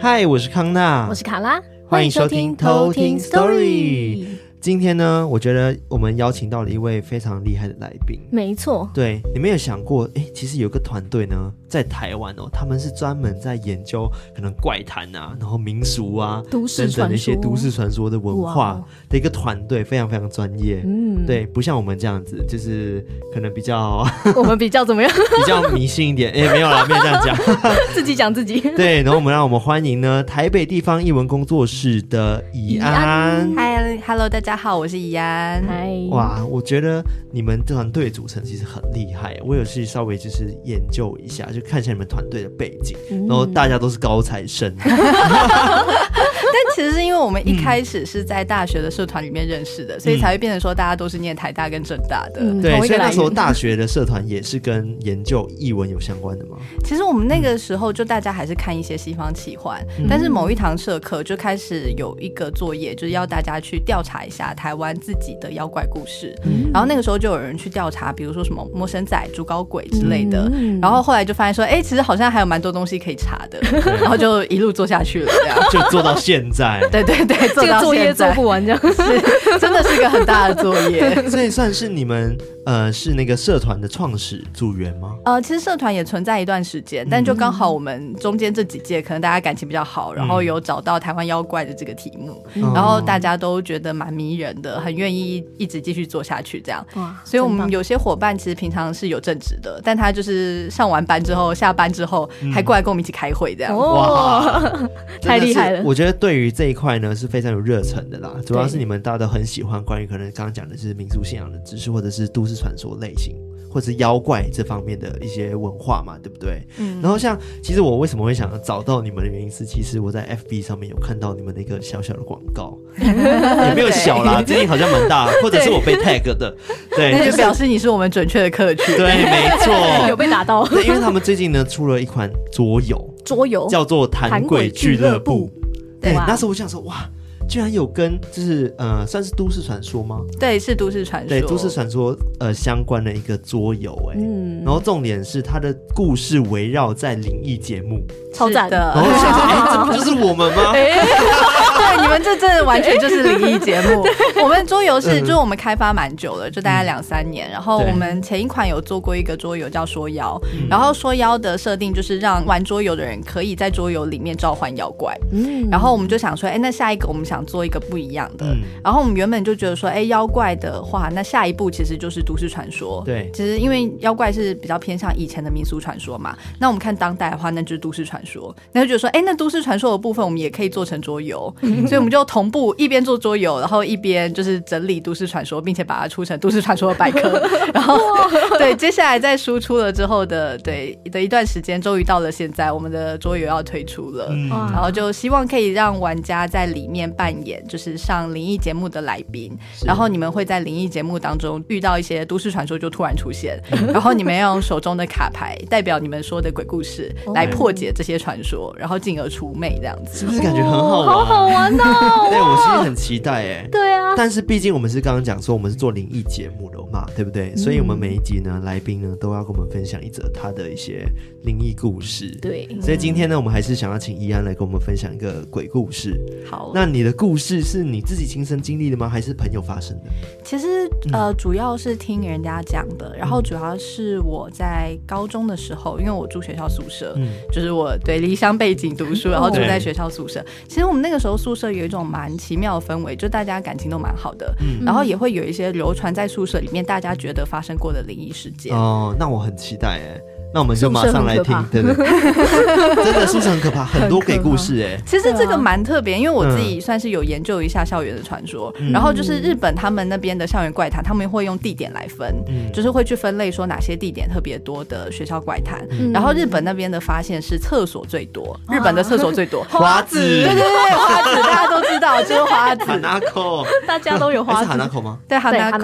嗨，我是康纳， 我是卡拉， 欢迎收听偷听 Story。今天呢，我觉得我们邀请到了一位非常厉害的来宾。 没错， 对，你们有想过，其实有个团队呢，在台湾哦，他们是专门在研究可能怪谈啊，然后民俗啊， 都市传说等等一些都市传说的文化的一个团队，非常非常专业。对，不像我们这样子，就是可能比较我们比较怎么样？ 比较迷信一点。没有啦，没有这样讲， 自己讲自己。 对，然后让我们欢迎呢台北地方艺文工作室的怡安。 嗨 ，Hello， 大家好，我是怡安。 嗨， 哇，我觉得你们团队组成其实很厉害，我有去稍微就是研究一下，就看一下你们团队的背景，然后大家都是高材生。 但其实是因为我们一开始是在大学的社团里面认识的，所以才会变成说大家都是念台大跟政大的。 对，所以那时候大学的社团也是跟研究艺文有相关的吗？ 其实我们那个时候就大家还是看一些西方奇幻，但是某一堂社课就开始有一个作业，就是要大家去调查一下台湾自己的妖怪故事。然后那个时候就有人去调查，比如说什么魔神仔、竹高鬼之类的。然后后来就发现说，其实好像还有蛮多东西可以查的，然后就一路做下去了，这样就做到现在。 对对对， 这个作业做不完，这样是真的是一个很大的作业。 所以算是你们是那个社团的创始组员吗？ 其实社团也存在一段时间，但就刚好我们中间这几届可能大家感情比较好，然后有找到台湾妖怪的这个题目，然后大家都觉得蛮迷人的，很愿意一直继续做下去这样。所以我们有些伙伴其实平常是有正职的，但他就是上完班之后下班之后还过来跟我们一起开会这样。 哇，太厉害了！ 我觉得对于这一块呢是非常有热忱的啦，主要是你们大家都很喜欢关于可能刚刚讲的是民俗信仰的知识，或者是都市传说类型，或者是妖怪这方面的一些文化嘛，对不对？然后像其实我为什么会想要找到你们的原因是，其实我在 FB 上面有看到你们的一个小小的广告，也没有小啦，最近好像蛮大，或者是我被 tag 的，对， 那就表示你是我们准确的客群。 对，没错， 有被打到。 对，因为他们最近呢出了一款桌游叫做谈鬼俱乐部。对，那时候我想说，哇，居然有跟就是算是都市传说吗？ 对，是都市传说。 对，都市传说相关的一个桌游然后重点是它的故事围绕在灵异节目， 超赞的。 然后想说，这不就是我们吗？ 对，你们这真的完全就是灵异节目。我们桌游是就是我们开发蛮久了，就大概2-3年。然后我们前一款有做过一个桌游叫说妖，然后说妖的设定就是让玩桌游的人可以在桌游里面召唤妖怪。然后我们就想说，那下一个我们想做一个不一样的。然后我们原本就觉得说，妖怪的话，那下一步其实就是都市传说。 对， 其实因为妖怪是比较偏向以前的民俗传说嘛，那我们看当代的话，那就是都市传说。那就觉得说，那都市传说的部分我们也可以做成桌游。所以我们就同步一边做桌游，然后一边就是整理都市传说，并且把它出成都市传说的百科。然后对，接下来在输出了之后的一段时间，终于到了现在，我们的桌游要推出了。然后就希望可以让玩家在里面扮演就是上灵异节目的来宾，然后你们会在灵异节目当中遇到一些都市传说就突然出现，然后你们要用手中的卡牌代表你们说的鬼故事来破解这些传说，然后进而除魅，这样子是不是感觉很好玩？ 好好玩哦！ 对，我其实很期待对啊， 但是毕竟我们是刚刚讲说我们是做灵异节目的嘛，对不对？所以我们每一集呢，来宾呢都要跟我们分享一则他的一些灵异故事。 对， 所以今天呢，我们还是想要请怡安来跟我们分享一个鬼故事。 好， 那你的故事是你自己亲身经历的吗？还是朋友发生的？ 其实主要是听人家讲的，然后主要是我在高中的时候，因为我住学校宿舍，就是我离乡背景读书，然后住在学校宿舍。其实我们那个时候宿舍有一种蛮奇妙的氛围，就大家感情都蛮好的，然后也会有一些流传在宿舍里面大家觉得发生过的灵异事件。 那我很期待那我们就马上来听，对对，真的宿舍很可怕，很多鬼故事其实这个蛮特别，因为我自己算是有研究一下校园的传说，然后就是日本他们那边的校园怪谈，他们会用地点来分，就是会去分类说哪些地点特别多的学校怪谈。然后日本那边的发现是厕所最多，日本的厕所最多， 花子， 对对对，花子大家都知道，就是花子， 大家都有花子， 是Hanako吗？ 对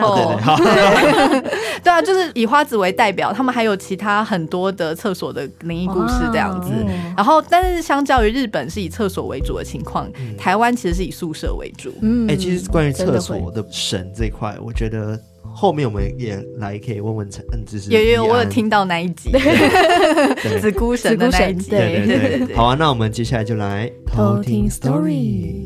，Hanako，对啊，就是以花子为代表，他们还有其他很多的厕所的灵异故事这样子。然后但是相较于日本是以厕所为主的情况，台湾其实是以宿舍为主。 其实关于厕所的神这一块，我觉得后面我们也来可以问问就是有我有听到那一集子姑神的那一集， 对，好啊，那我们接下来就来偷听 story。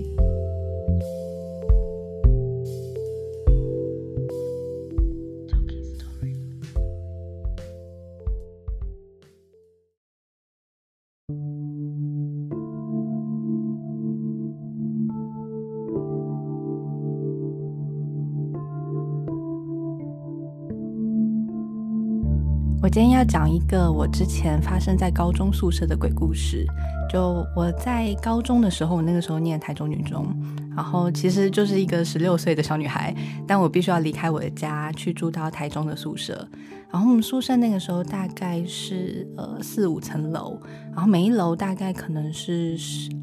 我今天要讲一个我之前发生在高中宿舍的鬼故事。就我在高中的时候，我那个时候念台中女中，然后其实就是一个16岁的小女孩，但我必须要离开我的家去住到台中的宿舍。然后我们宿舍那个时候大概是4-5层楼，然后每一楼大概可能是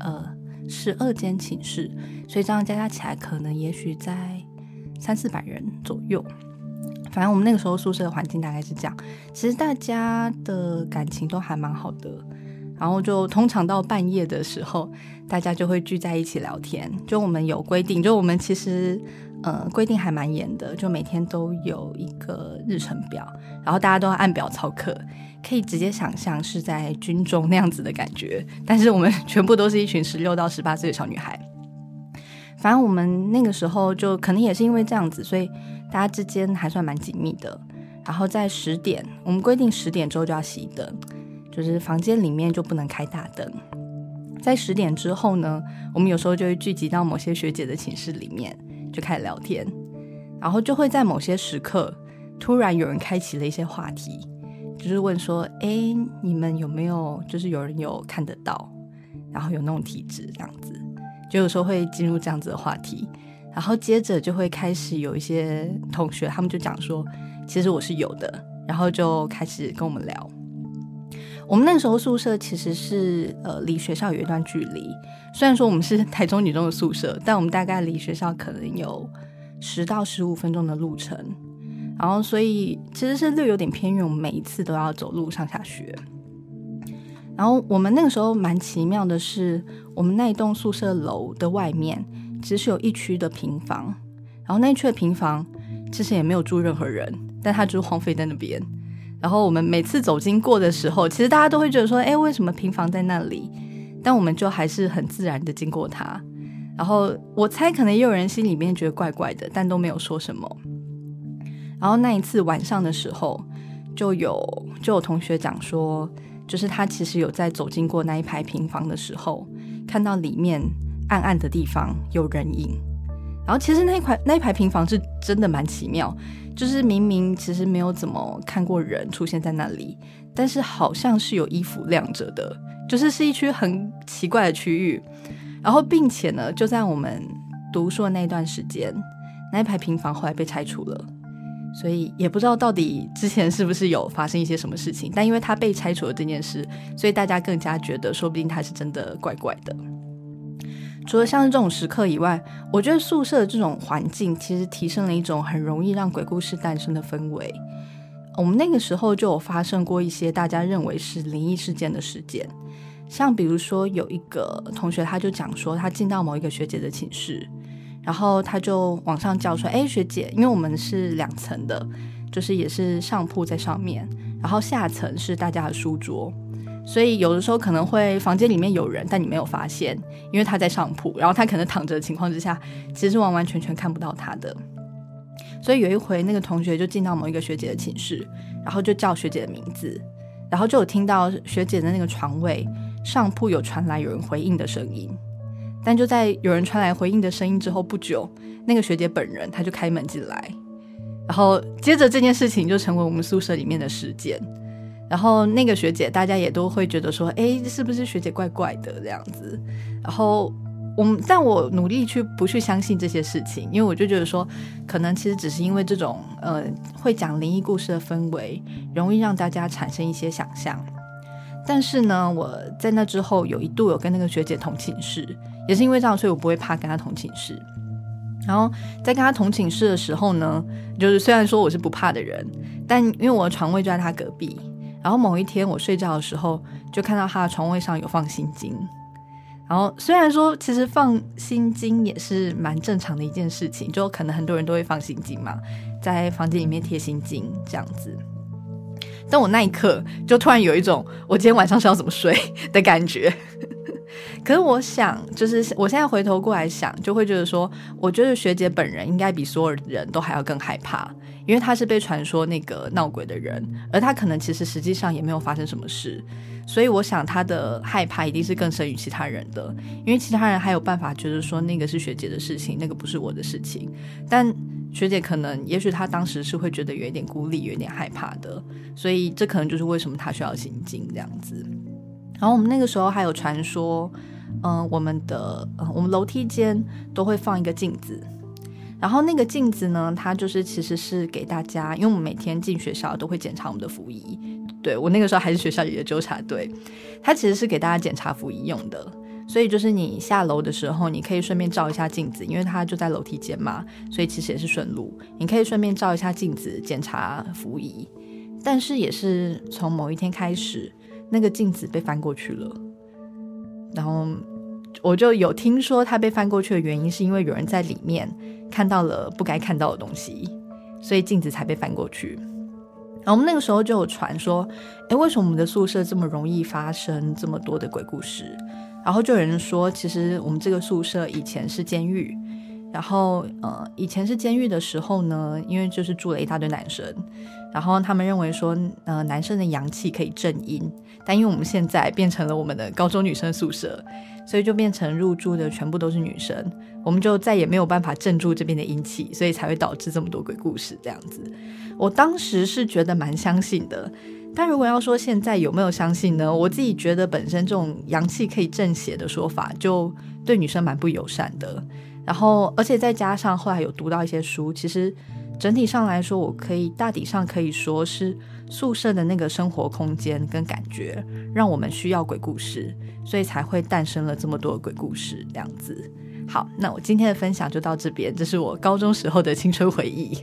12间寝室，所以这样加起来可能也许在300-400人左右。反正我们那个时候宿舍的环境大概是这样，其实大家的感情都还蛮好的，然后就通常到半夜的时候大家就会聚在一起聊天。就我们有规定，就我们其实规定还蛮严的，就每天都有一个日程表，然后大家都要按表操课，可以直接想象是在军中那样子的感觉，但是我们全部都是一群16到18岁的小女孩。反正我们那个时候就可能也是因为这样子，所以大家之间还算蛮紧密的。然后在10点，我们规定10点之后就要熄灯，就是房间里面就不能开大灯。在10点之后呢，我们有时候就会聚集到某些学姐的寝室里面，就开始聊天，然后就会在某些时刻突然有人开启了一些话题，就是问说你们有没有就是有人有看得到，然后有那种体质这样子，就有时候会进入这样子的话题。然后接着就会开始有一些同学他们就讲说其实我是有的，然后就开始跟我们聊。我们那个时候宿舍其实是离学校有一段距离，虽然说我们是台中女中的宿舍，但我们大概离学校可能有10到15分钟的路程，然后所以其实是略有点偏远，我们每一次都要走路上下学。然后我们那个时候蛮奇妙的是，我们那一栋宿舍楼的外面其实有一区的平房，然后那一区的平房其实也没有住任何人，但它就是荒废在那边。然后我们每次走经过的时候，其实大家都会觉得说为什么平房在那里，但我们就还是很自然的经过它。然后我猜可能也有人心里面觉得怪怪的，但都没有说什么。然后那一次晚上的时候，就有同学讲说，就是他其实有在走经过那一排平房的时候，看到里面暗暗的地方有人影。然后其实那一排平房是真的蛮奇妙，就是明明其实没有怎么看过人出现在那里，但是好像是有衣服晾着的，就是一区很奇怪的区域。然后并且呢，就在我们读书的那段时间，那一排平房后来被拆除了，所以也不知道到底之前是不是有发生一些什么事情，但因为它被拆除了这件事，所以大家更加觉得说不定它是真的怪怪的。除了像是这种时刻以外，我觉得宿舍的这种环境其实提升了一种很容易让鬼故事诞生的氛围。我们那个时候就有发生过一些大家认为是灵异事件的事件，像比如说有一个同学他就讲说，他进到某一个学姐的寝室，然后他就往上叫说学姐，因为我们是2层的，就是也是上铺在上面，然后下层是大家的书桌，所以有的时候可能会房间里面有人，但你没有发现，因为他在上铺，然后他可能躺着的情况之下，其实是完完全全看不到他的。所以有一回那个同学就进到某一个学姐的寝室，然后就叫学姐的名字，然后就有听到学姐的那个床位上铺有传来有人回应的声音。但就在有人传来回应的声音之后不久，那个学姐本人她就开门进来，然后接着这件事情就成为我们宿舍里面的事件。然后那个学姐大家也都会觉得说是不是学姐怪怪的这样子。然后但我努力不去相信这些事情，因为我就觉得说可能其实只是因为这种会讲灵异故事的氛围容易让大家产生一些想象。但是呢，我在那之后有一度有跟那个学姐同寝室，也是因为这样，所以我不会怕跟她同寝室。然后在跟她同寝室的时候呢，就是虽然说我是不怕的人，但因为我的床位就在她隔壁，然后某一天我睡觉的时候就看到她的床位上有放心经。然后虽然说其实放心经也是蛮正常的一件事情，就可能很多人都会放心经嘛， 在房间里面贴心经这样子。但我那一刻就突然有一种我今天晚上是要怎么睡的感觉。可是我想，就是我现在回头过来想，就会觉得说，我觉得学姐本人应该比所有人都还要更害怕，因为她是被传说那个闹鬼的人，而她可能其实实际上也没有发生什么事，所以我想她的害怕一定是更深于其他人的，因为其他人还有办法觉得说那个是学姐的事情，那个不是我的事情，但学姐可能也许她当时是会觉得有一点孤立，有一点害怕的，所以这可能就是为什么她需要心经这样子。然后我们那个时候还有传说，我们楼梯间都会放一个镜子，然后那个镜子呢，它就是其实是给大家，因为我们每天进学校都会检查我们的服仪，对，我那个时候还是学校里的纠察队，它其实是给大家检查服仪用的，所以就是你下楼的时候，你可以顺便照一下镜子，因为它就在楼梯间嘛，所以其实也是顺路，你可以顺便照一下镜子检查服仪。但是也是从某一天开始，那个镜子被翻过去了，然后我就有听说它被翻过去的原因是因为有人在里面看到了不该看到的东西，所以镜子才被翻过去。然后我们那个时候就有传说，为什么我们的宿舍这么容易发生这么多的鬼故事？然后就有人说，其实我们这个宿舍以前是监狱，然后以前是监狱的时候呢，因为就是住了一大堆男生，然后他们认为说男生的阳气可以镇阴，但因为我们现在变成了我们的高中女生宿舍，所以就变成入住的全部都是女生，我们就再也没有办法镇住这边的阴气，所以才会导致这么多鬼故事这样子。我当时是觉得蛮相信的，但如果要说现在有没有相信呢，我自己觉得本身这种阳气可以镇邪的说法就对女生蛮不友善的，然后而且再加上后来有读到一些书，其实整体上来说，我可以大体上可以说是宿舍的那个生活空间跟感觉让我们需要鬼故事，所以才会诞生了这么多的鬼故事这样子。好，那我今天的分享就到这边，这是我高中时候的青春回忆。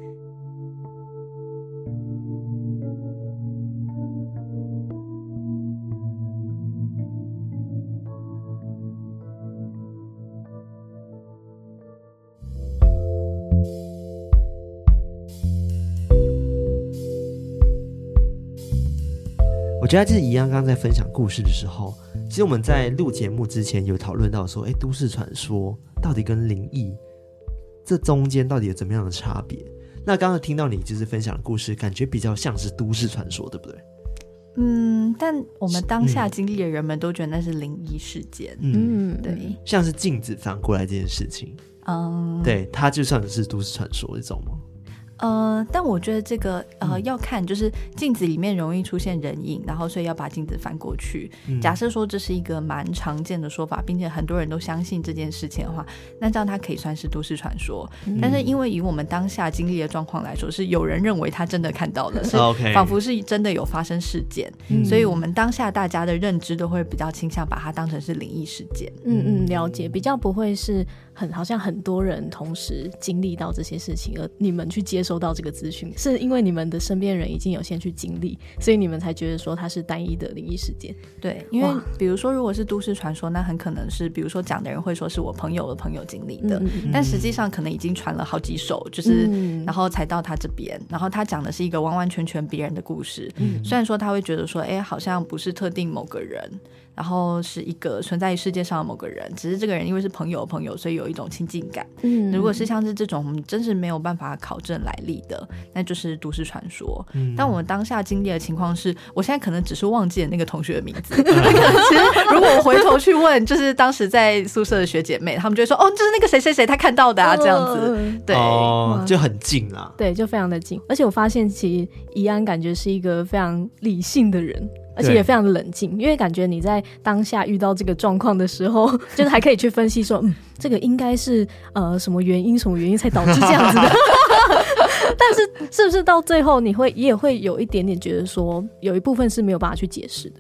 我觉得就是一样，刚刚在分享故事的时候，其实我们在录节目之前有讨论到说，都市传说到底跟灵异这中间到底有怎么样的差别？那刚刚听到你就是分享的故事，感觉比较像是都市传说，对不对？ 但我们当下经历的人们都觉得那是灵异事件，对， 像是镜子翻过来这件事情，对，它就算是都市传说这种吗？ 但我觉得这个要看，就是镜子里面容易出现人影，然后所以要把镜子翻过去。假设说这是一个蛮常见的说法，并且很多人都相信这件事情的话，那这样它可以算是都市传说。但是因为以我们当下经历的状况来说，是有人认为他真的看到了，是仿佛是真的有发生事件，所以我们当下大家的认知都会比较倾向把它当成是灵异事件。 了解，比较不会是好像很多人同时经历到这些事情，而你们去接收到这个资讯，是因为你们的身边人已经有先去经历，所以你们才觉得说它是单一的灵异事件。 对，因为比如说如果是都市传说，那很可能是比如说讲的人会说是我朋友的朋友经历的，但实际上可能已经传了好几手，就是然后才到他这边，然后他讲的是一个完完全全别人的故事，虽然说他会觉得说好像不是特定某个人，然后是一个存在于世界上的某个人，只是这个人因为是朋友的朋友，所以有一种亲近感。如果是像是这种我们真是没有办法考证来历的，那就是都市传说。但我们当下经历的情况是，我现在可能只是忘记了那个同学的名字，可能其实如果我回头去问，就是当时在宿舍的学姐妹，她们就会说就是那个谁谁谁他看到的啊，这样子。对， 就很近啦。 对，就非常的近。而且我发现其实宜安感觉是一个非常理性的人，而且也非常的冷静，因为感觉你在当下遇到这个状况的时候，就是还可以去分析说这个应该是什么原因才导致这样子的但是是不是到最后你也会有一点点觉得说有一部分是没有办法去解释的？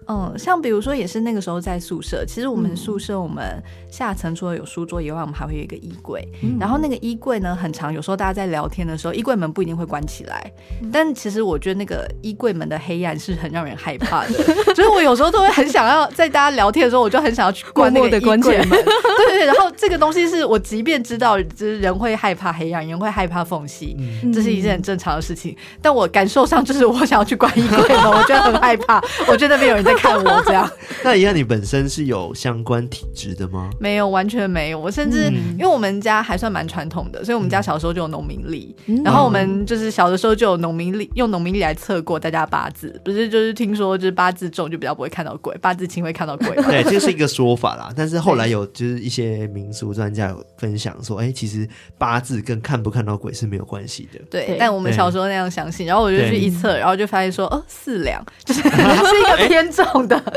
像比如说也是那个时候在宿舍，其实我们宿舍我们下层除了有书桌以外，我们还会有一个衣柜，然后那个衣柜呢很长，有时候大家在聊天的时候衣柜门不一定会关起来，但其实我觉得那个衣柜门的黑暗是很让人害怕的，就是我有时候都会很想要在大家聊天的时候，我就很想要去关那个衣柜门，对，然后这个东西是我即便知道就是人会害怕黑暗，人会害怕缝隙，这是一件很正常的事情，但我感受上就是我想要去关衣柜门，我觉得很害怕，我觉得没有人在看我这样。 那一样，你本身是有相关体质的吗？ 没有，完全没有。我甚至因为我们家还算蛮传统的，所以我们家小时候就有农民历，然后我们就是小的时候就有农民历，用农民历来测过大家八字，不是就是听说就是八字重就比较不会看到鬼，八字轻会看到鬼。 对，这是一个说法啦。但是后来有就是一些民俗专家有分享说，其实八字跟看不看到鬼是没有关系的。 对，但我们小时候那样相信，然后我就去一测，然后就发现说4两就是是一个偏重的。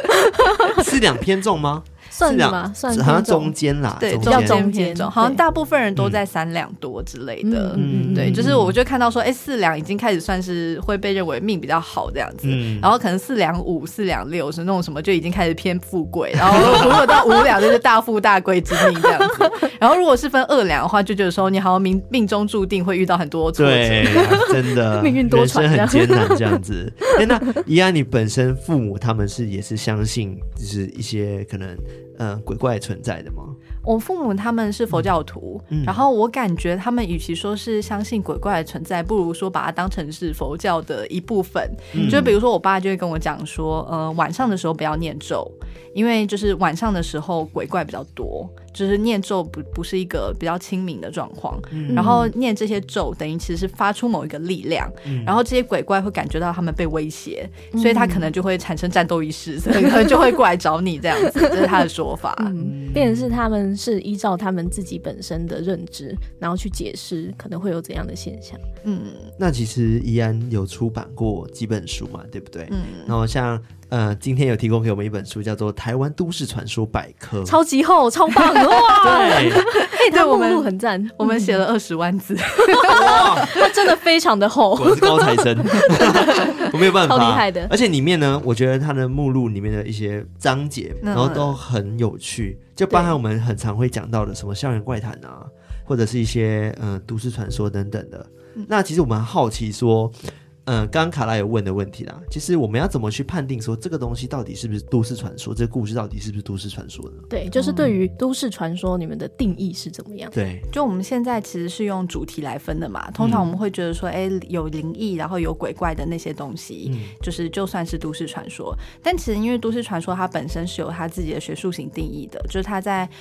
4两偏重吗？ 算是吗？算好像中间啦， 对， 中间好像大部分人都在3两多之类的。对，就是我就看到说，4两已经开始算是会被认为命比较好这样子，然后可能4两5、4两6是那种什么就已经开始偏富贵，然后如果到5两就是大富大贵之命这样子。然后如果是分2两的话，就觉得说你好像命中注定会遇到很多挫折， 对，真的命运多舛， 人生很艰难这样子。那宜安，你本身父母他们也是相信就是一些可能鬼怪存在的吗？ 我父母他们是佛教徒，然后我感觉他们与其说是相信鬼怪的存在，不如说把它当成是佛教的一部分。就比如说我爸就会跟我讲说，晚上的时候不要念咒，因为就是晚上的时候鬼怪比较多，就是念咒不是一个比较亲民的状况，然后念这些咒等于其实是发出某一个力量，然后这些鬼怪会感觉到他们被威胁，所以他可能就会产生战斗意识，所以可能就会过来找你这样子，这是他的说法。 变成是他们是依照他们自己本身的认知，然后去解释可能会有怎样的现象。 那其实宜安有出版过几本书嘛，对不对？然后像今天有提供给我们一本书，叫做《台湾都市传说百科》， 超级厚，超棒哇！ 对， 它目录很赞， 我们写了20万字， 它真的非常的厚， 我是高材生，我没有办法， 超厉害的。 而且里面呢，我觉得它的目录里面的一些章节，然后都很有趣，就包含我们很常会讲到的什么校园怪谈啊，或者是一些都市传说等等的。那其实我们很好奇说。刚刚卡拉有问的问题啦，其实我们要怎么去判定说这个东西到底是不是都市传说，这个故事到底是不是都市传说呢？ 对，就是对于都市传说你们的定义是怎么样？ 对， 就我们现在其实是用主题来分的嘛，通常我们会觉得说有灵异然后有鬼怪的那些东西，就算是都市传说，但其实因为都市传说它本身是有它自己的学术型定义的，就是它在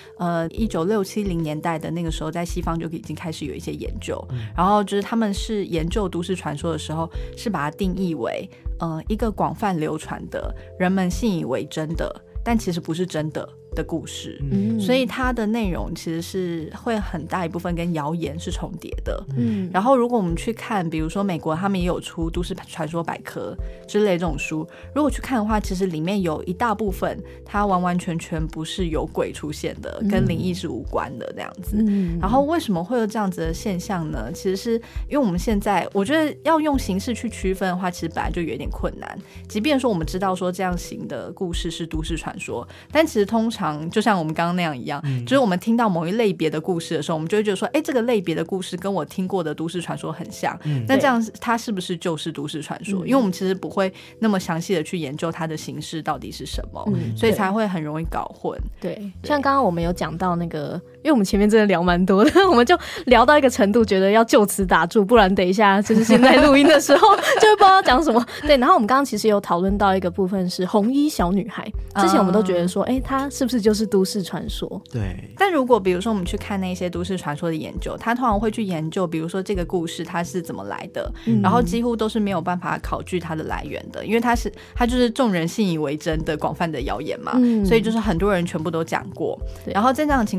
1960、70年代的那个时候在西方就已经开始有一些研究，然后就是他们是研究都市传说的时候是把它定义为一个广泛流传的人们信以为真的但其实不是真的故事，所以它的内容其实是会很大一部分跟谣言是重叠的。然后如果我们去看比如说美国他们也有出都市传说百科之类这种书，如果去看的话其实里面有一大部分它完完全全不是有鬼出现的，跟灵异是无关的这样子。然后为什么会有这样子的现象呢？其实是因为我们现在我觉得要用形式去区分的话其实本来就有点困难，即便说我们知道说这样型的故事是都市传说，但其实通常就像我们刚刚那样一样，就是我们听到某一类别的故事的时候，我们就会觉得说这个类别的故事跟我听过的都市传说很像，那这样它是不是就是都市传说？因为我们其实不会那么详细的去研究它的形式到底是什么，所以才会很容易搞混。 对，像刚刚我们有讲到那个，因为我们前面真的聊蛮多的，我们就聊到一个程度觉得要就此打住，不然等一下就是现在录音的时候就会不知道讲什么。对，然后我们刚刚其实有讨论到一个部分是红衣小女孩，之前我们都觉得说她是不是就是都市传说？ 对。 但如果比如说我们去看那些都市传说的研究，他通常会去研究比如说这个故事它是怎么来的，然后几乎都是没有办法考据它的来源的，因为它就是众人信以为真的广泛的谣言嘛，所以就是很多人全部都讲过，然后在这样的情况之下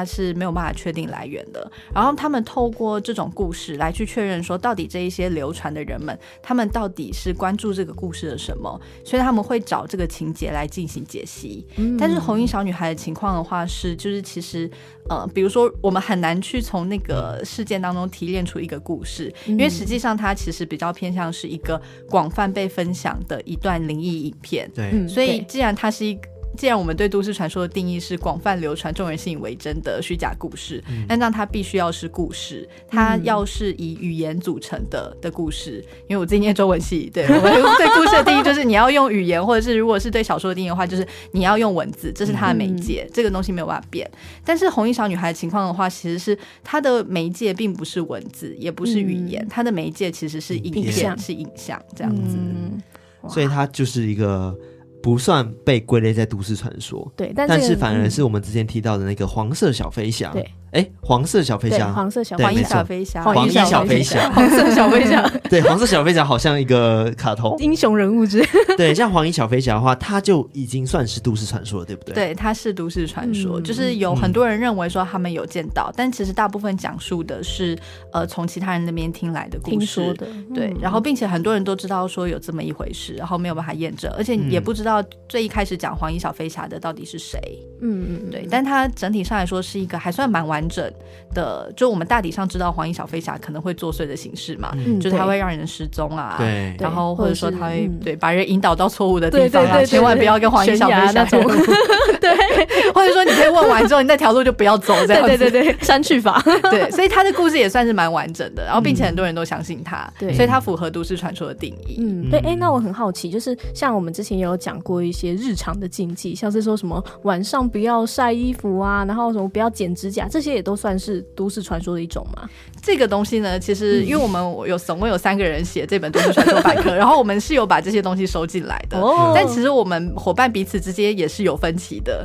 是没有办法确定来源的。然后他们透过这种故事来去确认说，到底这一些流传的人们，他们到底是关注这个故事的什么，所以他们会找这个情节来进行解析。但是红衣小女孩的情况的话是，就是其实比如说我们很难去从那个事件当中提炼出一个故事，因为实际上它其实比较偏向是一个广泛被分享的一段灵异影片。 对， 所以既然我们对都市传说的定义是广泛流传、众人信以为真的虚假故事，那让它必须要是故事，它要是以语言组成的故事。因为我自己念中文系，对，我们对故事的定义就是你要用语言，或者是如果是对小说的定义的话，就是你要用文字，这是它的媒介，这个东西没有办法变。但是红衣小女孩的情况的话，其实是它的媒介并不是文字，也不是语言，它的媒介其实是影片，是影像这样子。 所以它就是一个不算被归类在都市传说， 对， 但是反而是我们之前提到的那个黄色小飞侠， 对， 黄色小飞侠， 黄衣小飞侠， 黄衣小飞侠， 黄色小飞侠， 对，黄色小飞侠好像一个卡通英雄人物之类。 对，像黄衣小飞侠的话，它就已经算是都市传说了，对不对？ 对，它是都市传说，就是有很多人认为说他们有见到，但其实大部分讲述的是从其他人那边听来的故事， 听说的， 对，然后并且很多人都知道说有这么一回事，然后没有办法验证，而且也不知道最一开始讲黄衣小飞侠的到底是谁。对，但它整体上来说是一个还算蛮完整的，就我们大体上知道黄衣小飞侠可能会作祟的形式嘛，就是他会让人失踪啊， 对， 然后或者说他会对把人引导到错误的地方啊，千万不要跟黄衣小飞侠那种，对，或者说你可以问完之后，你那条路就不要走这样子， 对，删去法， 对，所以他的故事也算是蛮完整的，然后并且很多人都相信他，所以他符合都市传说的定义。 对，那我很好奇，就是像我们之前也有讲过一些日常的禁忌，像是说什么晚上不要晒衣服啊，然后什么不要剪指甲，这些也都算是都市传说的一种吗？ 这个东西呢，其实因为我们总共有3个人写这本都市传说百科，然后我们是有把这些东西收进来的，但其实我们伙伴彼此之间也是有分歧的。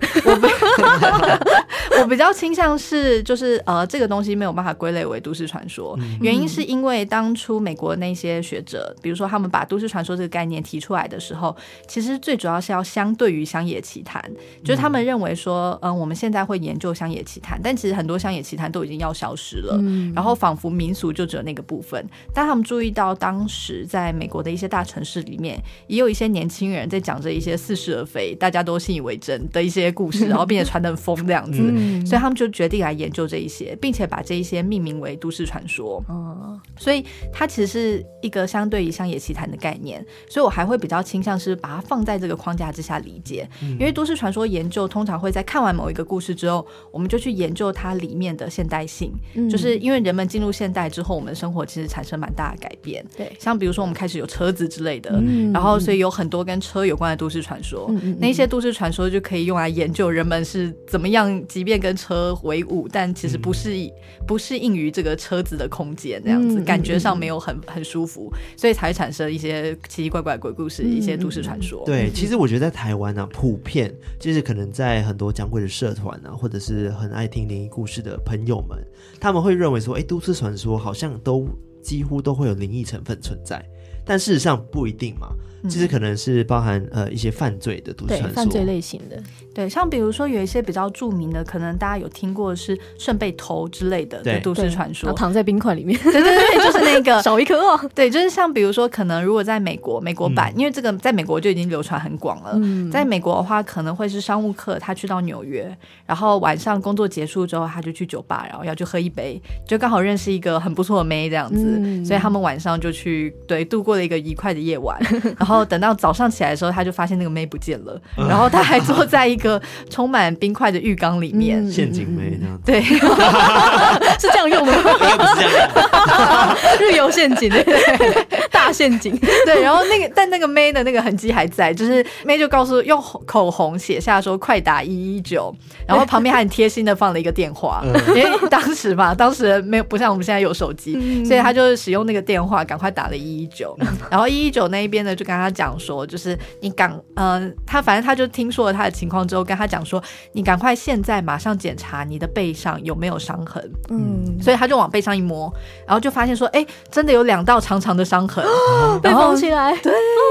我比较倾向是就是这个东西没有办法归类为都市传说，原因是因为当初美国那些学者，比如说他们把都市传说这个概念提出来的时候，其实最主要是要相对于乡野奇谈，就是他们认为说我们现在会研究乡野奇谈，但其实很多乡野奇谈都已经要消失了，然后仿佛民俗就只有那个部分。但他们注意到当时在美国的一些大城市里面，也有一些年轻人在讲着一些似是而非，大家都信以为真的一些故事，然后并且传得很疯这样子，所以他们就决定来研究这一些，并且把这一些命名为都市传说。所以它其实是一个相对于乡野奇谈的概念，所以我还会比较倾向是把它放在这个框架之下理解，因为都市传说研究通常会在看完某一个故事之后，我们就去研究它里面的现代性，就是因为人们进入现代之后，我们的生活其实产生蛮大的改变，对，像比如说我们开始有车子之类的，然后所以有很多跟车有关的都市传说，那些都市传说就可以用来研究人们是怎么样即便跟车为伍，但其实不适应于这个车子的空间这样子，感觉上没有很舒服，所以才产生一些奇奇怪怪的鬼故事，一些都市传说。 对，其实我觉得在台湾啊，普遍就是可能在很多讲鬼的社团啊，或者是很爱听灵异故事的朋友们，他们会认为说都市传说好像都几乎都会有灵异成分存在，但事实上不一定嘛，其实可能是包含一些犯罪的都市传说， 对，犯罪类型的， 对，像比如说有一些比较著名的，可能大家有听过的是肾被偷之类的都市传说， 躺在冰块里面， 对，就是那个少一颗哦， 对，就是像比如说可能如果在美国版，因为这个在美国就已经流传很广了，在美国的话可能会是商务客他去到纽约，然后晚上工作结束之后他就去酒吧，然后要去喝一杯，就刚好认识一个很不错的妹这样子，所以他们晚上就去度过了一个愉快的夜晚，然后等到早上起来的时候他就发现那个妹不见了，然后他还坐在一个充满冰块的浴缸里面， 陷阱妹这样子， 对是这样用的吗？ 应该不是这样用日游陷阱，大陷阱， 对，然后但那个妹的那个痕迹还在，就是妹就告诉用口红写下说快打119，然后旁边还很贴心的放了一个电话，因为当时没有不像我们现在有手机，所以他就使用那个电话赶快打了119，然后119那一边呢就跟他讲说，就是你他反正他就听说了他的情况之后跟他讲说，你赶快现在马上检查你的背上有没有伤痕，所以他就往背上一摸，然后就发现说真的有2道长长的伤痕， 被缝起来， 对，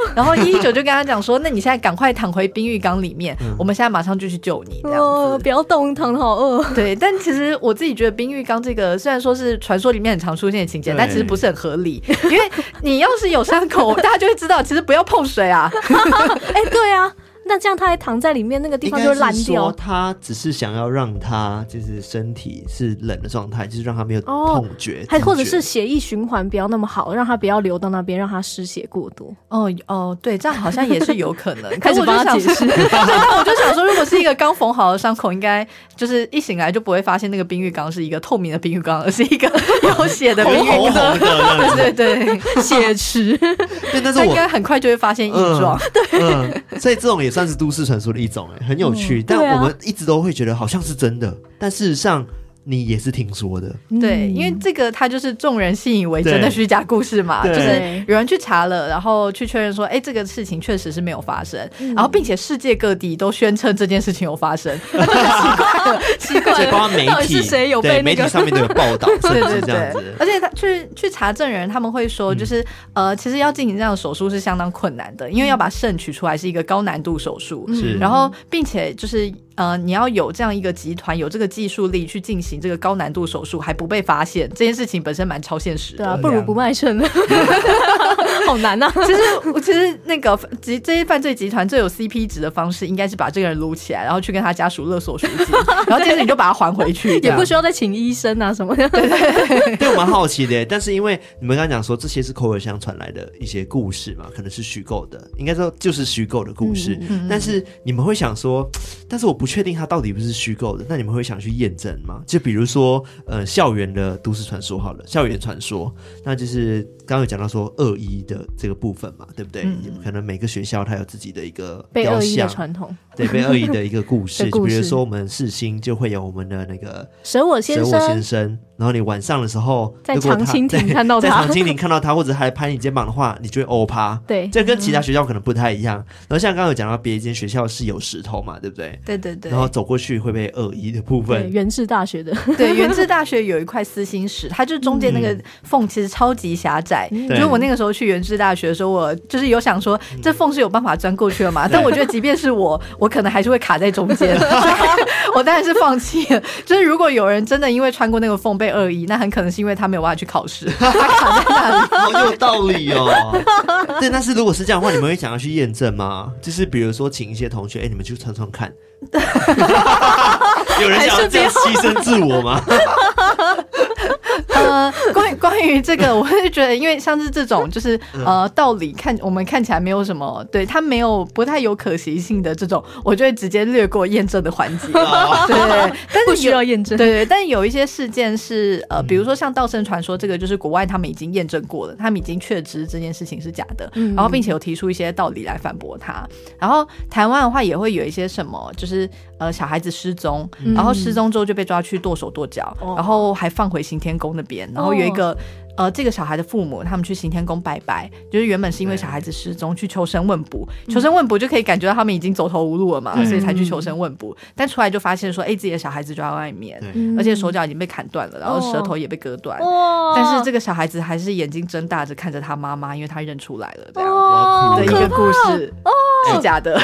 然后119就跟他讲说，那你现在赶快躺回冰浴缸里面，我们现在马上就去救你这样子。 不要动，躺得好饿。 对，但其实我自己觉得冰浴缸这个虽然说是传说里面很常出现的情节，但其实不是很合理，因为你要是有伤口，大家就会知道其实不要碰水啊。 对啊，那这样他还躺在里面，那个地方就会烂掉。 他只是想要让他就是身体是冷的状态，就是让他没有痛觉， 还或者是血液循环不要那么好，让他不要流到那边，让他失血过多。 对，这样好像也是有可能。 开始帮他解释。 对，但我就想说，如果是一个刚缝好的伤口，应该就是一醒来就不会发现那个冰浴缸是一个透明的冰浴缸，而是一个有血的冰浴缸。对， 血池。 对，但是他应该很快就会发现异状。 所以这种也算是都市传说的一种，很有趣。但我们一直都会觉得好像是真的，但事实上你也是听说的。 对，因为这个它就是众人信以为真的虚假故事嘛，就是有人去查了，然后去确认说这个事情确实是没有发生，然后并且世界各地都宣称这件事情有发生。那就奇怪了， 包括媒体是谁有被媒体上面都有报道， 对， 这样子。 而且他去查证人，他们会说就是其实要进行这样的手术是相当困难的，因为要把肾取出来是一个高难度手术，然后并且就是你要有这样一个集团有这个技术力去进行这个高难度手术还不被发现，这件事情本身蛮超现实的。 对啊，不如不卖肾了。好难啊。 其实那个这些犯罪集团最有 CP 值的方式应该是把这个人撸起来，然后去跟他家属勒索赎金，然后接着你就把他还回去， 也不需要再请医生啊什么的。 对，我蛮好奇的。但是因为你们刚刚讲说这些是口耳相传来的一些故事嘛，可能是虚构的，应该说就是虚构的故事。但是你们会想说，但是我不确定它到底不是虚构的，那你们会想去验证吗？就比如说校园的都市传说好了，校园传说，那就是刚刚有讲到说恶意的这个部分嘛，对不对？可能每个学校它有自己的一个被恶意的传统， 对，被恶意的一个故事。就比如说我们世新就会有我们的那个舍我先生， 然后你晚上的时候在长青亭看到他， 在长青亭看到他，或者还拍你肩膀的话，你就会欧趴。 对， 这跟其他学校可能不太一样。然后像刚刚有讲到别一间学校是有石头嘛，对不对？ 对。 然后走过去会被恶意的部分。 对，元智大学的。 对，元智大学有一块撕心石，它就中间那个缝其实超级狭窄。就是我那个时候去元智大学的时候，我就是有想说这缝是有办法钻过去的嘛？但我觉得即便是我可能还是会卡在中间。我当然是放弃了。就是如果有人真的因为穿过那个缝被恶意，那很可能是因为他没有办法去考试，他卡在那里。 好有道理哦。对，但是如果是这样的话，你们会想要去验证吗？就是比如说请一些同学，你们去穿穿看。有人想要这样牺牲自我吗？ 关于这个，我会觉得，因为像是这种就是道理我们看起来没有什么，对它没有不太有可行性的这种，我就会直接略过验证的环节。对，但是不需要验证。 对，但是有一些事件是比如说像道圣传说，这个就是国外他们已经验证过了，他们已经确知这件事情是假的，然后并且有提出一些道理来反驳它。然后台湾的话也会有一些什么，就是小孩子失踪，然后失踪之后就被抓去剁手剁脚，然后还放回行天宫那边，然后有一个这个小孩的父母他们去行天宫拜拜，就是原本是因为小孩子失踪去求神问卜，求神问卜就可以感觉到他们已经走投无路了嘛，所以才去求神问卜，但出来就发现说自己的小孩子就在外面，而且手脚已经被砍断了，然后舌头也被割断，但是这个小孩子还是眼睛睁大着看着他妈妈，因为他认出来了这样的一个故事。是假的。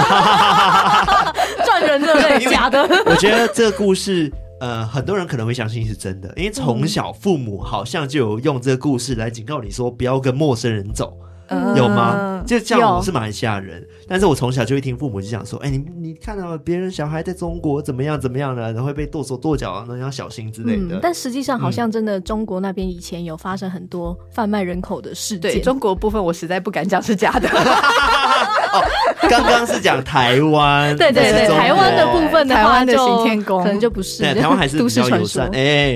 赚人热泪，假的。 我觉得这个故事很多人可能会相信是真的，因为从小父母好像就有用这个故事来警告你说不要跟陌生人走。有吗？就像我是马来西亚人，但是我从小就会听父母就讲说，你看到别人小孩在中国怎么样怎么样的，然后会被剁手剁脚，然后要小心之类的。 但实际上好像真的中国那边以前有发生很多贩卖人口的事件。 对，中国部分我实在不敢讲是假的。 刚刚是讲台湾， 对，台湾的部分的话， 台湾的行天宫可能就不是。 对，台湾还是比较友善。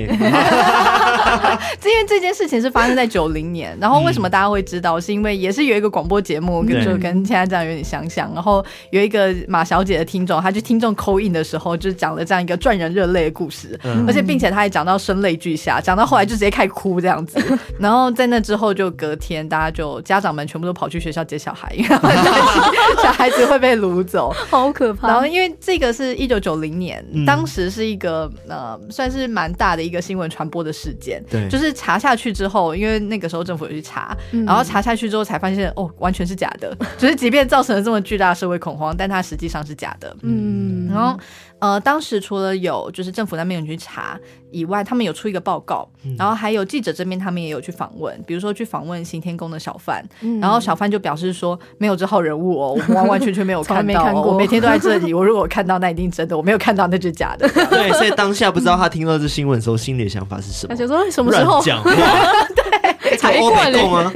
因为这件事情是发生在90年，然后为什么大家会知道？是因为也是有一个广播节目，就跟现在这样有点相像。然后有一个马小姐的听众，她去听众call in的时候，就讲了这样一个赚人热泪的故事，而且并且她还讲到声泪俱下，讲到后来就直接开始哭这样子。然后在那之后，就隔天大家家长们全部都跑去学校接小孩，因为他们担心小孩子会被掳走， 好可怕。 然后因为这个是1990年，当时是一个算是蛮大的一个新闻传播的事件。 件。 对， 就是查下去之后，因为那个时候政府有去查，然后查下去之后才发现完全是假的，就是即便造成了这么巨大的社会恐慌，但它实际上是假的。然后当时除了有就是政府那边有去查以外，他们有出一个报告，然后还有记者这边他们也有去访问，比如说去访问行天宫的小贩，然后小贩就表示说没有这号人物我们完完全全没有看到我每天都在这里，我如果看到那一定真的，我没有看到那就是假的。 对，所以当下不知道他听到这新闻的时候心里的想法是什么， 他就说什么时候乱讲话对，才过吗？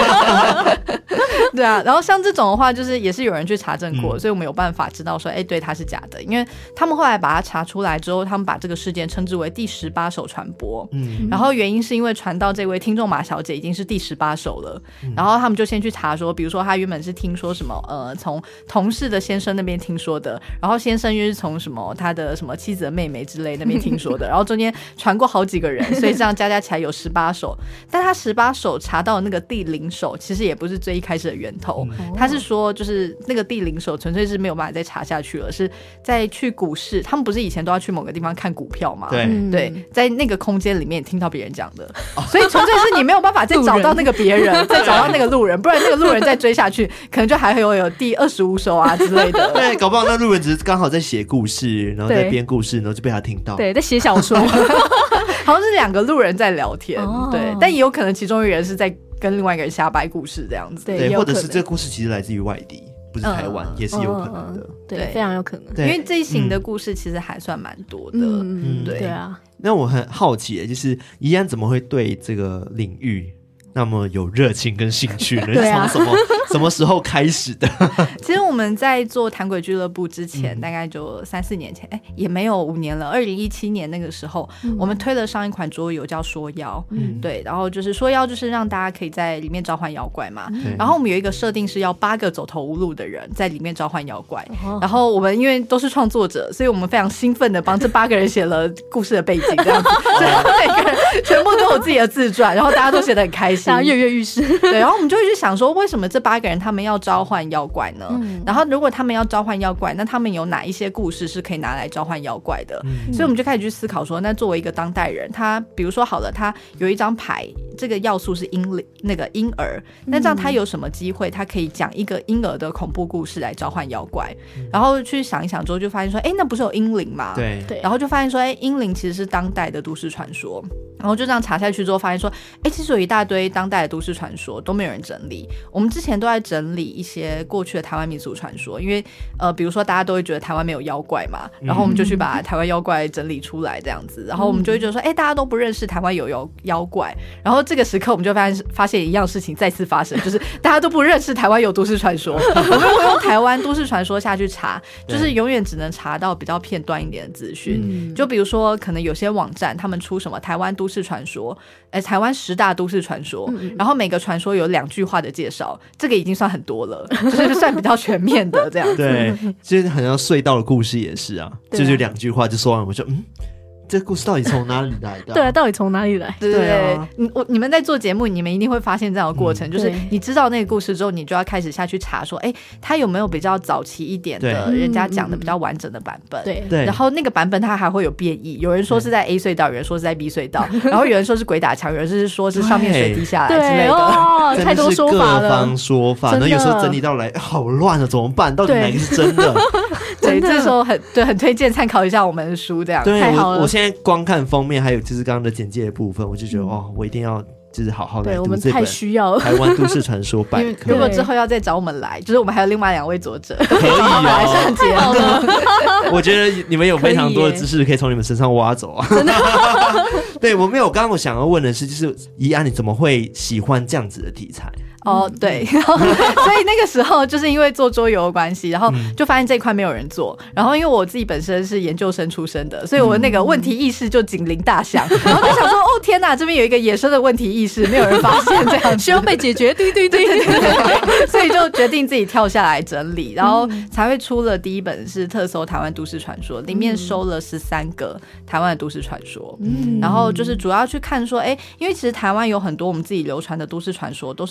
对啊，然后像这种的话就是也是有人去查证过，所以我们有办法知道说对，它是假的，因为他们后来把它查出来之后，他们把这个事件称之为第18手传播，然后原因是因为传到这位听众马小姐已经是第18手了，然后他们就先去查说，比如说他原本是听说什么从同事的先生那边听说的，然后先生又是从什么他的什么妻子的妹妹之类那边听说的，然后中间传过好几个人，所以这样加起来有18手，但他18手查到的那个第0手其实也不是最一开始的源头，他是说就是那个第0手纯粹是没有办法再查下去了，是在去股市，他们不是以前都要去某个地方看股票吗？对，在那个空间里面听到别人讲的，所以纯粹是你没有办法再找到那个别人再找到那个路人，不然那个路人再追下去可能就还会有第25手啊之类的。 对，搞不好那路人只是刚好在写故事，然后在编故事，然后就被他听到。 对，在写小说好像是2个路人在聊天，对，但也有可能其中一个人是在跟另外一个人瞎掰故事这样子。 对，或者是这个故事其实来自于外地，不是台湾，也是有可能的。 对，非常有可能。 因为这一型的故事其实还算蛮多的。 对啊。 那我很好奇，就是宜安怎么会对这个领域那么有热情跟兴趣呢？从什么时候开始的？ 其实我们在做谈鬼俱乐部之前，大概就3-4年前，也没有5年了。2017年那个时候，我们推了上一款桌游叫说妖，对，然后就是说妖就是让大家可以在里面召唤妖怪嘛。然后我们有一个设定是要8个走投无路的人在里面召唤妖怪。然后我们因为都是创作者，所以我们非常兴奋的帮这8个人写了故事的背景，这样子，所以每个人全部都有自己的自传，然后大家都写得很开心。 大家跃跃欲试。 对，然后我们就会去想说，为什么这8个人他们要召唤妖怪呢？然后如果他们要召唤妖怪，那他们有哪一些故事是可以拿来召唤妖怪的？所以我们就开始去思考说，那作为一个当代人，他比如说好了，他有一张牌，这个要素是那个婴儿，那这样他有什么机会，他可以讲一个婴儿的恐怖故事来召唤妖怪？然后去想一想之后，就发现说，那不是有婴灵吗？ 对， 然后就发现说，婴灵其实是当代的都市传说。然后就这样查下去之后，发现说，其实有一大堆当代的都市传说都没有人整理。我们之前都在整理一些过去的台湾民俗传说，因为比如说大家都会觉得台湾没有妖怪嘛，然后我们就去把台湾妖怪整理出来这样子，然后我们就会觉得说，大家都不认识台湾有妖怪，然后这个时刻我们就发现一样事情再次发生，就是大家都不认识台湾有都市传说。我们会用台湾都市传说下去查，就是永远只能查到比较片段一点的资讯，就比如说可能有些网站他们出什么台湾都市传说，台湾10大都市传说，然后每个传说有2句话的介绍，这个已经算很多了，就是算比较全面的这样子。 对，就是好像隧道的故事也是啊，就是2句话就说完，我就这故事到底从哪里来的？ 对啊，到底从哪里来？ 对，你们在做节目，你们一定会发现这样的过程，就是你知道那个故事之后，你就要开始下去查说，它有没有比较早期一点的人家讲的比较完整的版本？ 对， 然后那个版本它还会有变异，有人说是在 A 隧道，有人说是在 B 隧道，然后有人说是鬼打墙，有人是说是上面水滴下来之类的， 太多说法了， 各方说法，然后有时候整理到来好乱啊，怎么办？到底哪个是真的？ 对，这时候很推荐参考一下我们的书，这样对， 太好了。 我现在光看封面，还有就是刚刚的简介的部分，我就觉得我一定要就是好好来读这本台湾都市传说百科。 如果之后要再找我们来，就是我们还有另外2位作者可以来上节目。 我觉得你们有非常多的知识可以从你们身上挖走啊！真的。对，我刚刚我想要问的是，就是宜安你怎么会喜欢这样子的题材？ 对，所以那个时候就是因为做桌游的关系，然后就发现这一块没有人做，然后因为我自己本身是研究生出身的，所以我那个问题意识就警铃大响，然后就想说天哪，这边有一个野生的问题意识，没有人发现，这样需要被解决，对， 所以就决定自己跳下来整理，然后才会出了第一本是特搜台湾都市传说，里面收了13个台湾的都市传说，然后就是主要去看说，因为其实台湾有很多我们自己流传的都市传说都是跟国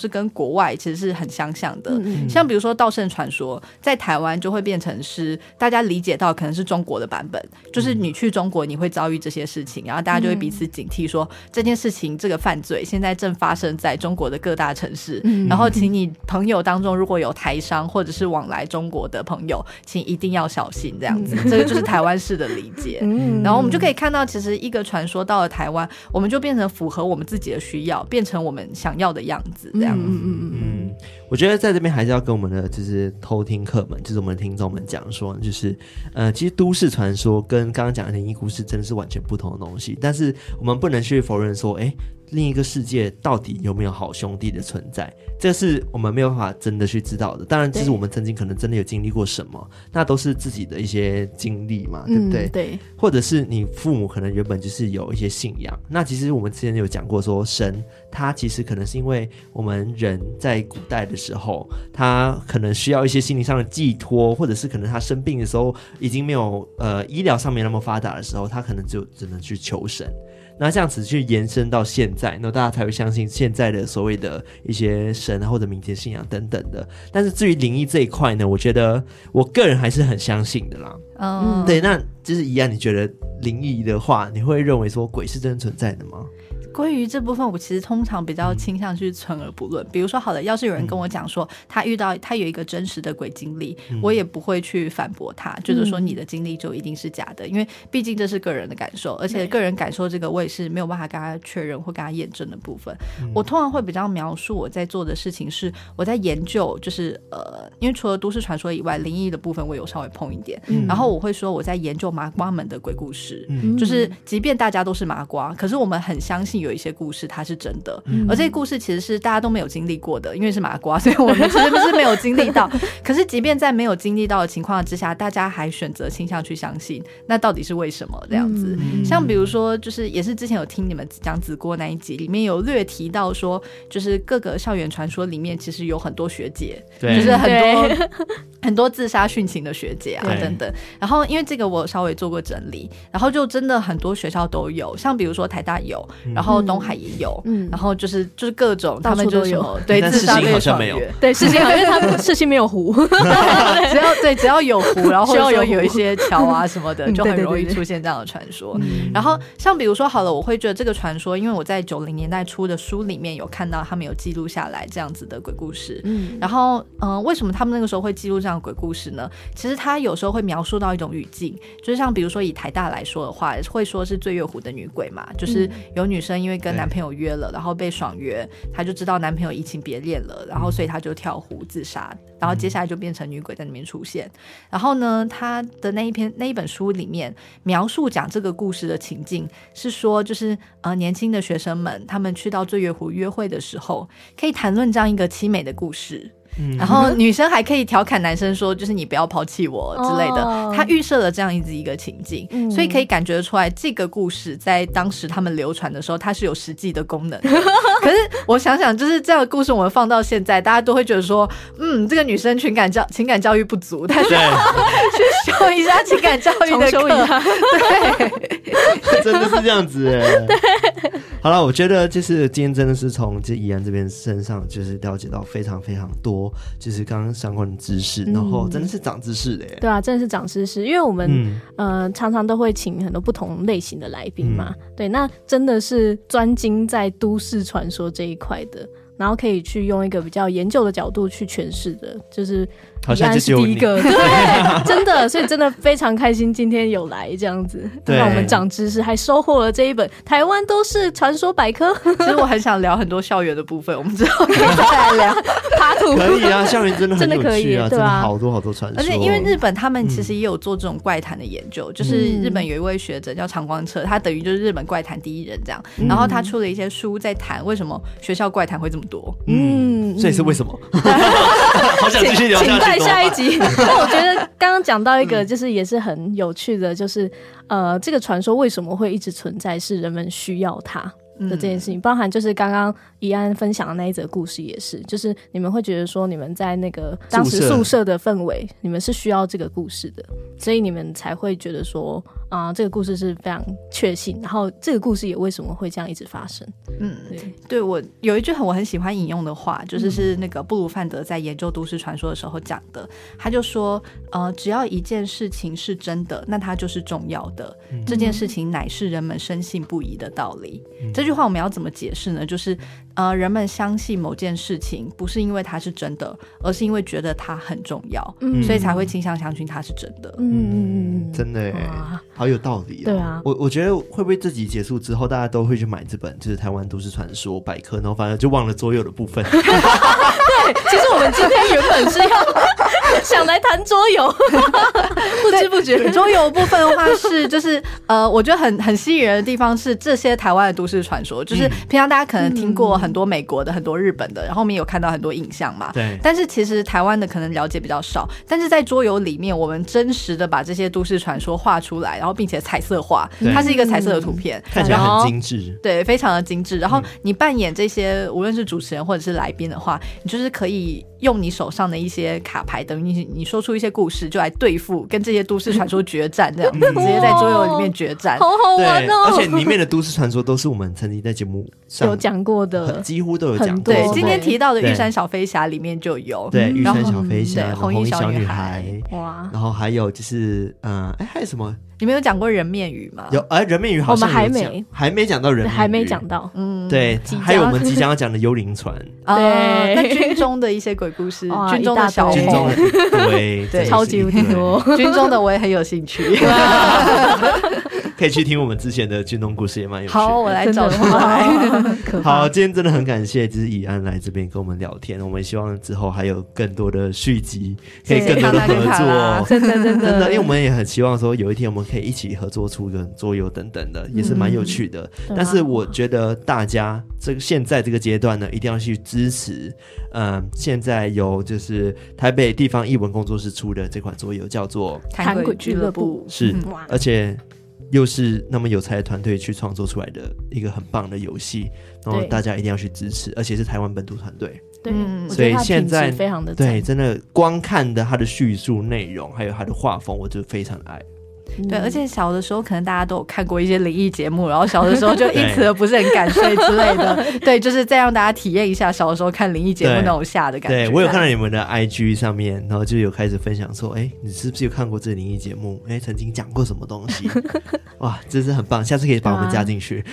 国外其实是很相像的。像比如说道圣传说在台湾就会变成是大家理解到可能是中国的版本，就是你去中国你会遭遇这些事情，然后大家就会彼此警惕说这件事情这个犯罪现在正发生在中国的各大城市，然后请你朋友当中如果有台商或者是往来中国的朋友请一定要小心，这样子这个就是台湾式的理解。然后我们就可以看到其实一个传说到了台湾我们就变成符合我们自己的需要，变成我们想要的样子这样。 我觉得在这边还是要跟我们的就是偷听客们，就是我们的听众们讲说，就是其实都市传说跟刚刚讲的灵异故事真的是完全不同的东西，但是我们不能去否认说另一个世界到底有没有好兄弟的存在，这是我们没有办法真的去知道的。当然就是我们曾经可能真的有经历过什么，那都是自己的一些经历嘛，对不对？ 对， 或者是你父母可能原本就是有一些信仰，那其实我们之前有讲过说神他其实可能是因为我们人在古代的时候他可能需要一些心灵上的寄托，或者是可能他生病的时候已经没有医疗上面那么发达的时候，他可能就只能去求神，那这样子去延伸到现在，那大家才会相信现在的所谓的一些神或者民间信仰等等的。但是至于灵异这一块呢，我觉得我个人还是很相信的啦。对，那就是宜安，你觉得灵异的话，你会认为说鬼是真的存在的吗？ 关于这部分我其实通常比较倾向去存而不论。比如说好了，要是有人跟我讲说他有一个真实的鬼经历，我也不会去反驳他，就是说你的经历就一定是假的，因为毕竟这是个人的感受，而且个人感受这个我也是没有办法跟他确认或跟他验证的部分。我通常会比较描述我在做的事情是我在研究，就是因为除了都市传说以外，灵异的部分我有稍微碰一点，然后我会说我在研究麻瓜们的鬼故事，就是即便大家都是麻瓜，可是我们很相信有一些故事它是真的，而这些故事其实是大家都没有经历过的，因为是麻瓜，所以我们其实是没有经历到可是即便在没有经历到的情况之下，大家还选择倾向去相信，那到底是为什么这样子。像比如说就是也是之前有听你们讲子郭那一集里面有略提到说，就是各个校园传说里面其实有很多学姐，就是很多自杀殉情的学姐啊等等。然后因为这个我稍微做过整理，然后就真的很多学校都有，像比如说台大有，然后东海也有，然后就是各种他们就是什么对自杀类爽约，对世新好像因为他们世新没有湖只要有湖，然后或者说有一些桥啊什么的就很容易出现这样的传说。然后像比如说好了，我会觉得这个传说，因为我在90年代初的书里面有看到他们有记录下来这样子的鬼故事。然后为什么他们那个时候会记录这样的鬼故事呢？其实他有时候会描述到一种语境，就是像比如说以台大来说的话，会说是醉月湖的女鬼嘛，就是有女生因为跟男朋友约了，然后被爽约，她就知道男朋友移情别恋了，然后所以她就跳湖自杀，然后接下来就变成女鬼在那边出现。然后呢，她的那一本书里面描述讲这个故事的情境是说，就是年轻的学生们他们去到醉月湖约会的时候，可以谈论这样一个凄美的故事。然后女生还可以调侃男生说就是你不要抛弃我之类的，他预设了这样一个情境，所以可以感觉出来这个故事在当时他们流传的时候它是有实际的功能的可是我想想就是这样的故事我们放到现在，大家都会觉得说这个女生情感教育不足，她需要去修一下情感教育的课对真的是这样子耶对，好了，我觉得就是今天真的是从宜安这边身上就是了解到非常非常多就是刚刚相关的知识，然后真的是长知识的耶。 对啊，真的是长知识，因为我们常常都会请很多不同类型的来宾嘛，对，那真的是专精在都市传说这一块的，然后可以去用一个比较研究的角度去诠释的，就是好像就是第一个对真的，所以真的非常开心今天有来这样子，让我们长知识，还收获了这一本台湾都市传说百科其实我很想聊很多校园的部分，我们之后可以再来聊爬图可以啊，校园真的很有趣啊，真的好多好多传说。 而且因为日本他们其实也有做这种怪谈的研究，就是日本有一位学者叫长光彻，他等于就是日本怪谈第一人这样，然后他出了一些书在谈为什么学校怪谈会这么多。 所以是为什么好想继续聊下去， 请待下一集那我觉得刚刚讲到一个就是也是很有趣的，就是这个传说为什么会一直存在，是人们需要它的这件事情，包含就是刚刚宜安分享的那一则故事也是，就是你们会觉得说你们在那个当时宿舍的氛围，你们是需要这个故事的，所以你们才会觉得说这个故事是非常确信，然后这个故事也为什么会这样一直发生。 对，我有一句我很喜欢引用的话，就是那个布鲁范德在研究都市传说的时候讲的，他就说只要一件事情是真的，那它就是重要的，这件事情乃是人们深信不疑的道理。这句话我们要怎么解释呢？就是人们相信某件事情不是因为它是真的，而是因为觉得它很重要，所以才会倾向相信它是真的。 真的耶，好有道理。 对啊， 我觉得会不会这集结束之后大家都会去买这本就是台湾都市传说百科，然后反而就忘了桌游的部分。 对，其实我们今天原本是要想来谈桌游，不知不觉桌游部分的话是就是我觉得很吸引人的地方是这些台湾的都市传说，就是平常大家可能听过很多美国的很多日本的，然后我们也有看到很多影像嘛， 对， 但是其实台湾的可能了解比较少，但是在桌游里面我们真实的把这些都市传说画出来，然后并且彩色化，它是一个彩色的图片， 看起来很精致， 对，非常的精致。然后你扮演这些无论是主持人或者是来宾的话，你就是可以用你手上的一些卡牌，等于你说出一些故事，就来对付跟这些都市传说决战，这样直接在桌游里面决战， 好好玩哦！ 而且里面的都市传说都是我们曾经在节目上有讲过的， 几乎都有讲过。 对，今天提到的玉山小飞侠里面就有， 对，玉山小飞侠、 红衣小女孩， 哇， 然后还有就是还有什么？ 你们有讲过人面鱼吗？ 有，人面鱼好像我们还没讲到人面鱼， 还没讲到， 对，还有我们即将要讲的幽灵船， 那军中的一些鬼故事，军中的小红， 对， 超级无敌多， 军中的我也很有兴趣， 可以去听我们之前的军中故事，也蛮有趣的。 好，我来找出来。 好，今天真的很感谢就是以安来这边跟我们聊天，我们希望之后还有更多的续集，可以更多的合作， 真的， 因为我们也很希望说有一天我们可以一起合作出个桌游等等的，也是蛮有趣的。但是我觉得大家现在这个阶段呢，一定要去支持，现在由就是台北地方艺文工作室出的这款桌游叫做 《谈鬼俱乐部》， 是，而且又是那么有才的团队去创作出来的一个很棒的游戏，然后大家一定要去支持，而且是台湾本土团队。 对， 所以现在非常的对，真的光看的它的叙述内容，还有它的画风，我就非常的爱。 对，而且小的时候可能大家都有看过一些灵异节目，然后小的时候就因此而不是很敢睡之类的。对，就是再让大家体验一下小的时候看灵异节目那种吓的感觉。 对，我有看到你们的 IG 上面，然后就有开始分享说，你是不是有看过这个灵异节目？曾经讲过什么东西？哇，真是很棒！下次可以把我们加进去。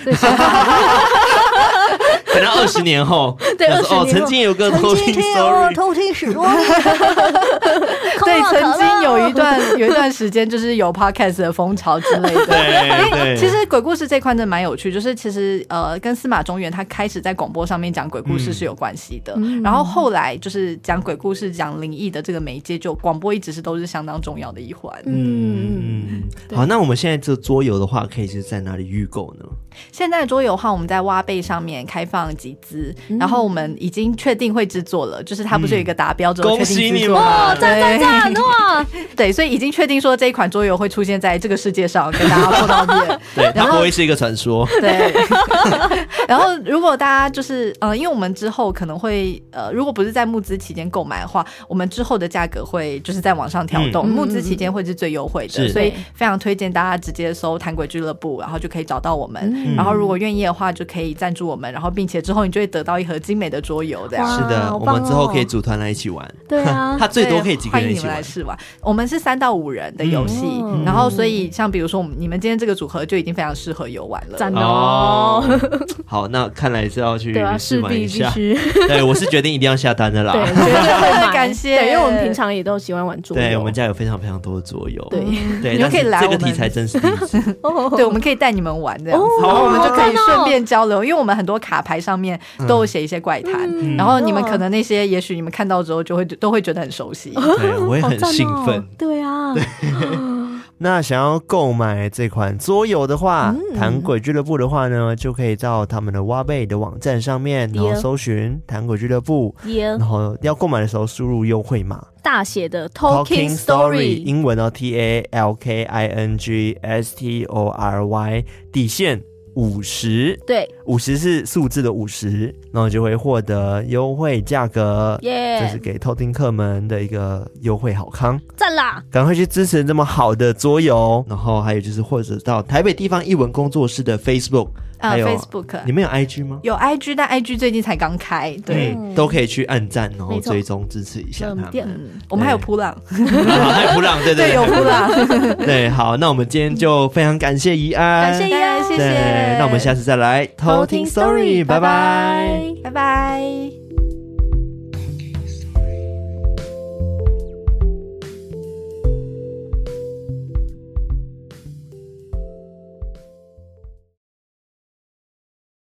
可能20年后， 对，20年曾经有个偷听 story， 偷听史多。 对，曾经有一段时间就是有 podcast 的风潮之类的。 对， 其实鬼故事这块真的蛮有趣，就是其实跟司马中原他开始在广播上面讲鬼故事是有关系的。然后后来就是讲鬼故事、讲灵异的这个媒介，就广播一直都是相当重要的一环。 好，那我们现在这桌游的话，可以是在哪里预购呢？ 现在桌游的话，我们在挖贝上面开放集资，然后我们已经确定会制作了，就是它不是有一个达标之后确定制作吗？ 赞哇！ 对，所以已经确定说这一款桌游会出现在这个世界上跟大家碰到面。 对，它不会是一个传说。 对。然后如果大家就是因为我们之后可能会如果不是在募资期间购买的话，我们之后的价格会就是在网上调动，募资期间会是最优惠的，所以非常推荐大家直接搜谈鬼俱乐部，然后就可以找到我们。然后如果愿意的话，就可以赞助我们，然后并且之后你就会得到一盒精美的桌游。这样是的，我们之后可以组团来一起玩。 对啊， 它最多可以几个人一起玩？ 欢迎你们来试玩。我们是3到5人的游戏，然后所以像比如说你们今天这个组合就已经非常适合游玩了。 赞哦！ 好，那看来是要去试玩一下。 对， 我是决定一定要下单的啦。 对，绝对会感谢。 对，因为我们平常也都喜欢玩桌游。 对，我们家有非常非常多的桌游。 对，你们可以来。 这个题材真是第一次。 对，我们可以带你们玩这样子，然后我们就可以顺便交流，因为我们很多卡牌上面都有写一些怪谈，然后你们可能那些也许你们看到之后都会觉得很熟悉。 对，我也很兴奋。 对啊。 那想要购买这款桌游的话，谈鬼俱乐部的话呢，就可以到他们的挖贝的网站上面，然后搜寻谈鬼俱乐部，然后要购买的时候输入优惠码， 大写的 Talking Story， 英文哦 TALKING STORY 底线 50， 对 ，50是数字的50，然后就会获得优惠价格，这是给偷听客们的一个优惠好康， 赞啦！ 赶快去支持这么好的桌游，然后还有就是或者到台北地方艺文工作室的 Facebook。还有 Facebook， 你们有 IG 吗？ 有 IG， 但 IG 最近才刚开，对， 都可以去按赞，然后追踪支持一下他们。 我们还有噗浪， 还有噗浪，对， 有噗浪。 对，好，那我们今天就非常感谢怡安， 感谢怡安， 谢谢。 那我们下次再来偷听 Story， 拜拜， 拜拜。